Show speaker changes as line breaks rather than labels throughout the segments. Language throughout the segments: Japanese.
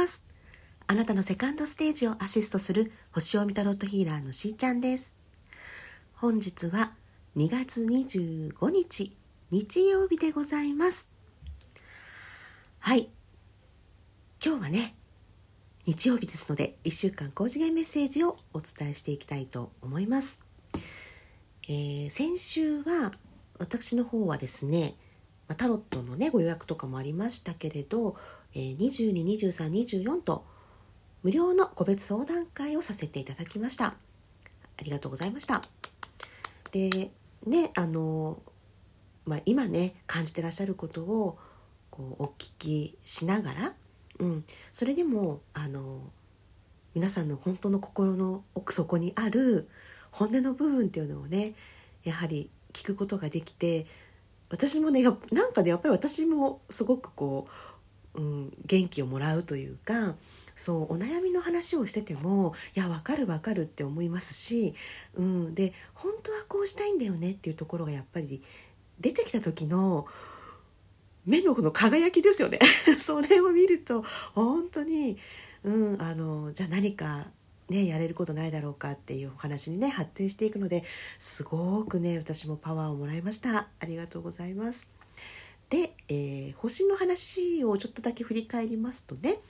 ます。あなたのセカンドステージをアシストする星読みタロットヒーラーのしーちゃんです。本日は2月25日日曜日でございます。はい、今日はね日曜日ですので1週間高次元メッセージをお伝えしていきたいと思います。先週は私の方はですね、タロットのねご予約とかもありましたけれど、22、23、24と無料の個別相談会をさせていただきました。ありがとうございました。でね、今ね感じてらっしゃることをこうお聞きしながら、それでも皆さんの本当の心の奥底にある本音の部分っていうのをねやはり聞くことができて、私もねなんかねやっぱり私もすごくこう、元気をもらうというか、そうお悩みの話をしててもいや分かるって思いますし、で本当はこうしたいんだよねっていうところがやっぱり出てきた時の目のこの輝きですよねそれを見ると本当に、じゃあ何かねやれることないだろうかっていうお話にね発展していくので、すごくね私もパワーをもらいました。ありがとうございます。で、星の話をちょっとだけ振り返りますとね、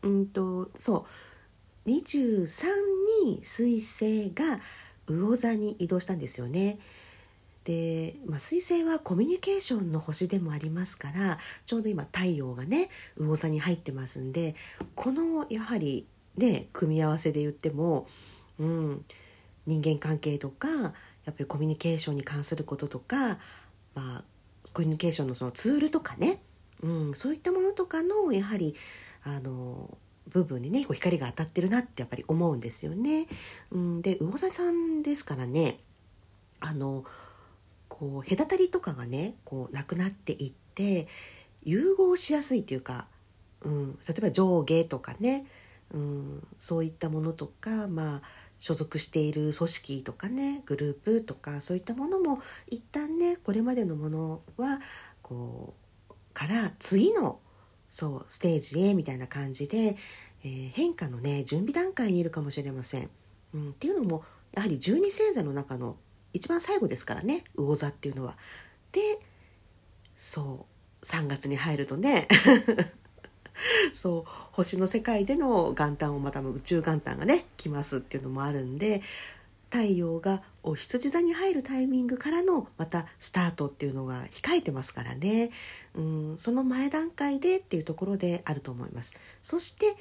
そう23に水星が魚座に移動したんですよね。で、水星はコミュニケーションの星でもありますから、ちょうど今太陽がね魚座に入ってますんで、このやはりね組み合わせで言っても、人間関係とかやっぱりコミュニケーションに関することとか、コミュニケーションのそのツールとかね、そういったものとかのやはり部分にねこう光が当たってるなってやっぱり思うんですよね。で魚座さんですからね、こう隔たりとかがねこうなくなっていって融合しやすいというか、例えば上下とかね、そういったものとか、所属している組織とかねグループとかそういったものも一旦ねこれまでのものはこうから次のステージへみたいな感じで、変化のね準備段階にいるかもしれません。っていうのもやはり12星座の中の一番最後ですからね、魚座っていうのは。で3月に入るとね星の世界での元旦をまた宇宙元旦がね来ますっていうのもあるんで、太陽がお羊座に入るタイミングからのまたスタートっていうのが控えてますからね、その前段階でっていうところであると思います。そして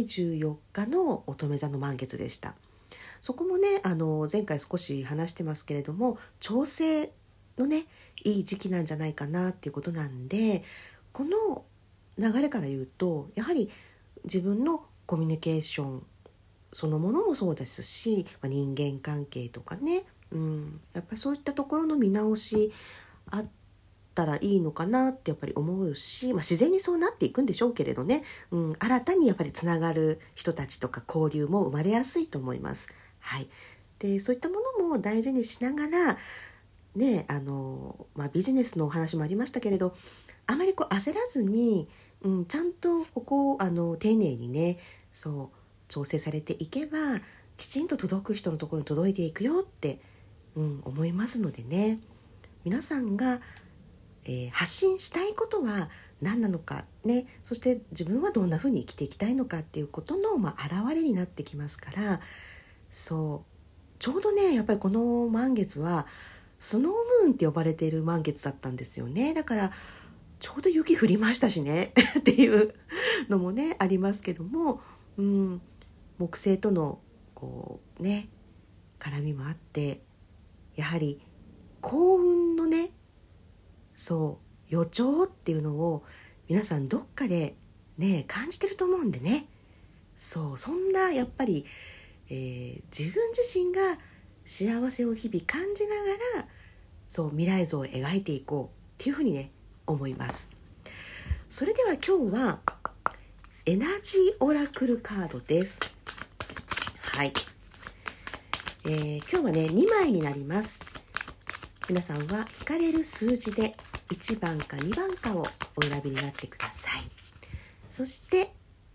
24日の乙女座の満月でした。そこもね前回少し話してますけれども、調整のねいい時期なんじゃないかなっていうことなんで、この流れから言うとやはり自分のコミュニケーションそのものもそうですし、人間関係とかね、やっぱりそういったところの見直しあったらいいのかなってやっぱり思うし、自然にそうなっていくんでしょうけれどね、新たにやっぱりつながる人たちとか交流も生まれやすいと思います。はい、でそういったものも大事にしながらね、ビジネスのお話もありましたけれど、あまりこう焦らずに、ちゃんとここを丁寧にね調整されていけばきちんと届く人のところに届いていくよって、思いますのでね、皆さんが、発信したいことは何なのかね、そして自分はどんなふうに生きていきたいのかっていうことの、表れになってきますから、ちょうどねやっぱりこの満月はスノームーンって呼ばれている満月だったんですよね。だからちょうど雪降りましたしねっていうのもねありますけども、木星とのこうね絡みもあって、やはり幸運のね予兆っていうのを皆さんどっかでね感じてると思うんでね、そんなやっぱり、自分自身が幸せを日々感じながら未来像を描いていこうっていうふうにね思います。それでは今日はエナジーオラクルカードです。はい、今日はね2枚になります。皆さんは引かれる数字で1番か2番かをお選びになってください。そして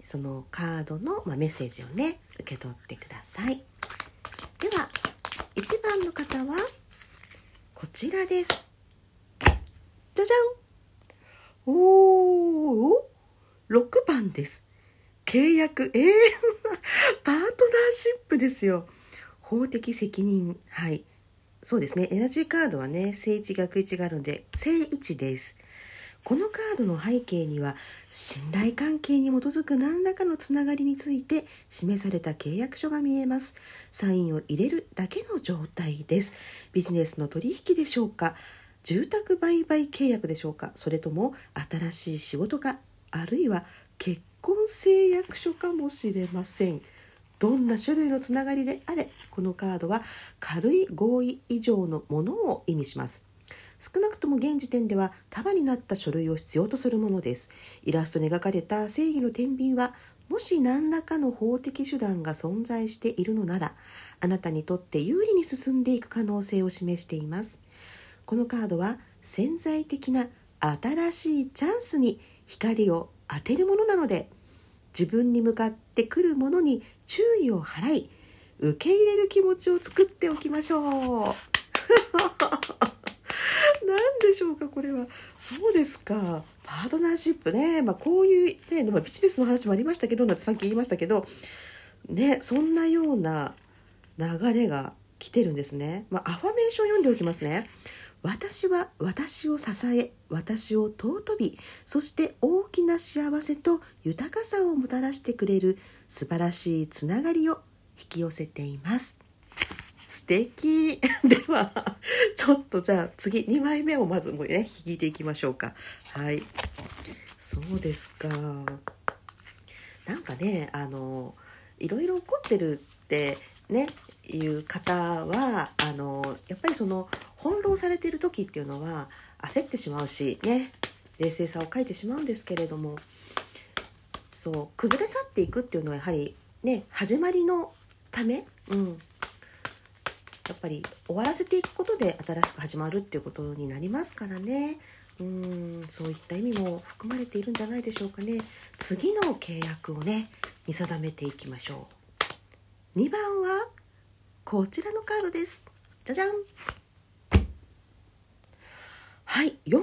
そのカードの、メッセージをね受け取ってください。では1番の方はこちらです。じゃじゃん。おー、6番です。契約、パートナーシップですよ。法的責任。はい、そうですね。エナジーカードはね、正位置逆位置があるので正位置です。このカードの背景には信頼関係に基づく何らかのつながりについて示された契約書が見えます。サインを入れるだけの状態です。ビジネスの取引でしょうか、住宅売買契約でしょうか、それとも新しい仕事か、あるいは結婚誓約書かもしれません。どんな種類のつながりであれ、このカードは軽い合意以上のものを意味します。少なくとも現時点では束になった書類を必要とするものです。イラストに描かれた正義の天秤は、もし何らかの法的手段が存在しているのなら、あなたにとって有利に進んでいく可能性を示しています。このカードは潜在的な新しいチャンスに光を当てるものなので、自分に向かってくるものに注意を払い、受け入れる気持ちを作っておきましょう。何でしょうかこれは。そうですか、パートナーシップね、こういうね、ビジネスの話もありましたけど、さっき言いましたけどね、そんなような流れが来てるんですね。アファメーション読んでおきますね。私は私を支え、私を尊び、そして大きな幸せと豊かさをもたらしてくれる素晴らしいつながりを引き寄せています。素敵ではちょっとじゃあ次2枚目をまずね引いていきましょうか。はい、そうですか。なんかね、いろいろ起こってるってねいう方はやっぱりその翻弄されている時っていうのは焦ってしまうしね、冷静さを欠いてしまうんですけれども、そう崩れ去っていくっていうのはやはりね始まりのため、やっぱり終わらせていくことで新しく始まるっていうことになりますからね。そういった意味も含まれているんじゃないでしょうかね。次の契約をね見定めていきましょう。2番はこちらのカードです。じゃじゃん。はい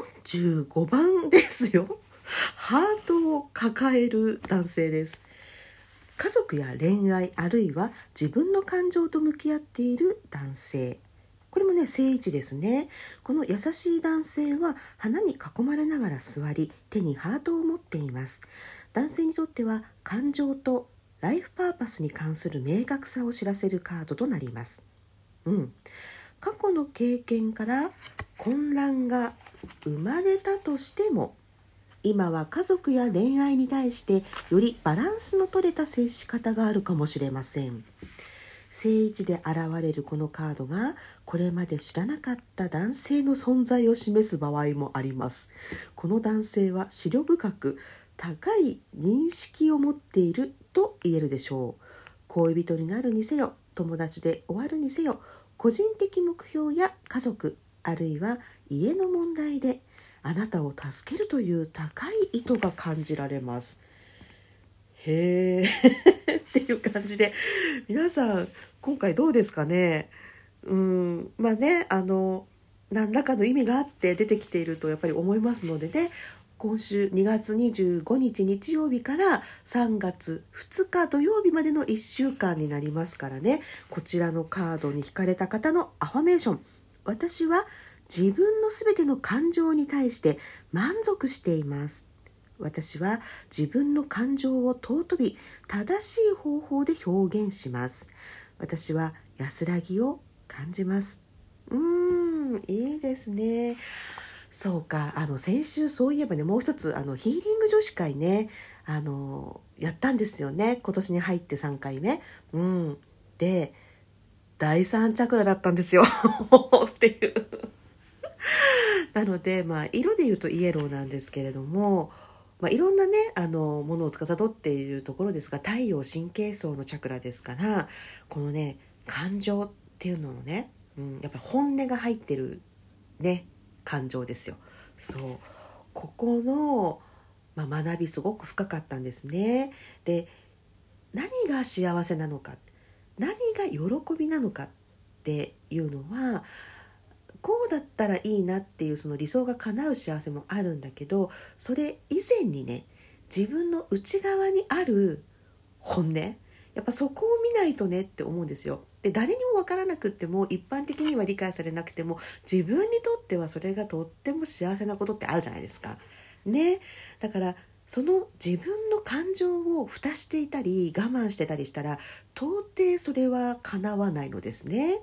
、45番ですよ。ハートを抱える男性です。家族や恋愛、あるいは自分の感情と向き合っている男性、これもね正位置ですね。この優しい男性は花に囲まれながら座り、手にハートを持っています。男性にとっては感情とライフパーパスに関する明確さを知らせるカードとなります。過去の経験から混乱が生まれたとしても、今は家族や恋愛に対してよりバランスの取れた接し方があるかもしれません。正位置で現れるこのカードがこれまで知らなかった男性の存在を示す場合もあります。この男性は思慮深く高い認識を持っていると言えるでしょう。恋人になるにせよ、友達で終わるにせよ、個人的目標や家族、あるいは家の問題であなたを助けるという高い意図が感じられます。へーっていう感じで、皆さん今回どうですかね。何らかの意味があって出てきているとやっぱり思いますのでね、今週2月25日日曜日から3月2日土曜日までの1週間になりますからね、こちらのカードに引かれた方のアファメーション、私は自分のすべての感情に対して満足しています。私は自分の感情を尊び正しい方法で表現します。私は安らぎを感じます。いいですね。そうか、先週そういえばね、もう一つヒーリング女子会ね、やったんですよね。今年に入って3回目。で第3チャクラだったんですよっていうなので、色で言うとイエローなんですけれども、いろんなねものを司っているところですが、太陽神経層のチャクラですから、このね感情っていうのをね、やっぱり本音が入ってるね感情ですよ。そう、ここの学びすごく深かったんですね。で、何が幸せなのか、何が喜びなのかっていうのは、こうだったらいいなっていうその理想が叶う幸せもあるんだけど、それ以前にね、自分の内側にある本音、やっぱそこを見ないとねって思うんですよ。で、誰にも分からなくっても、一般的には理解されなくても、自分にとってはそれがとっても幸せなことってあるじゃないですかね。だからその自分の感情を蓋していたり我慢してたりしたら、到底それは叶わないのですねって。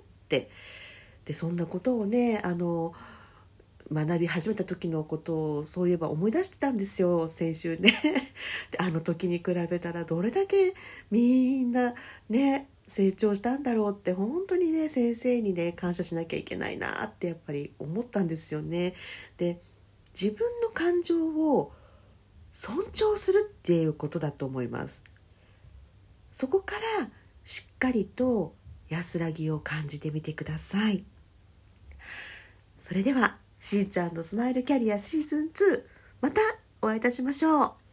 で、そんなことをね、学び始めた時のことをそういえば思い出してたんですよ、先週ね。で、あの時に比べたらどれだけみんなね成長したんだろうって、本当にね先生にね感謝しなきゃいけないなってやっぱり思ったんですよね。で、自分の感情を尊重するっていうことだと思います。そこからしっかりと安らぎを感じてみてください。それではしーちゃんのスマイルキャリアシーズン2、またお会いいたしましょう。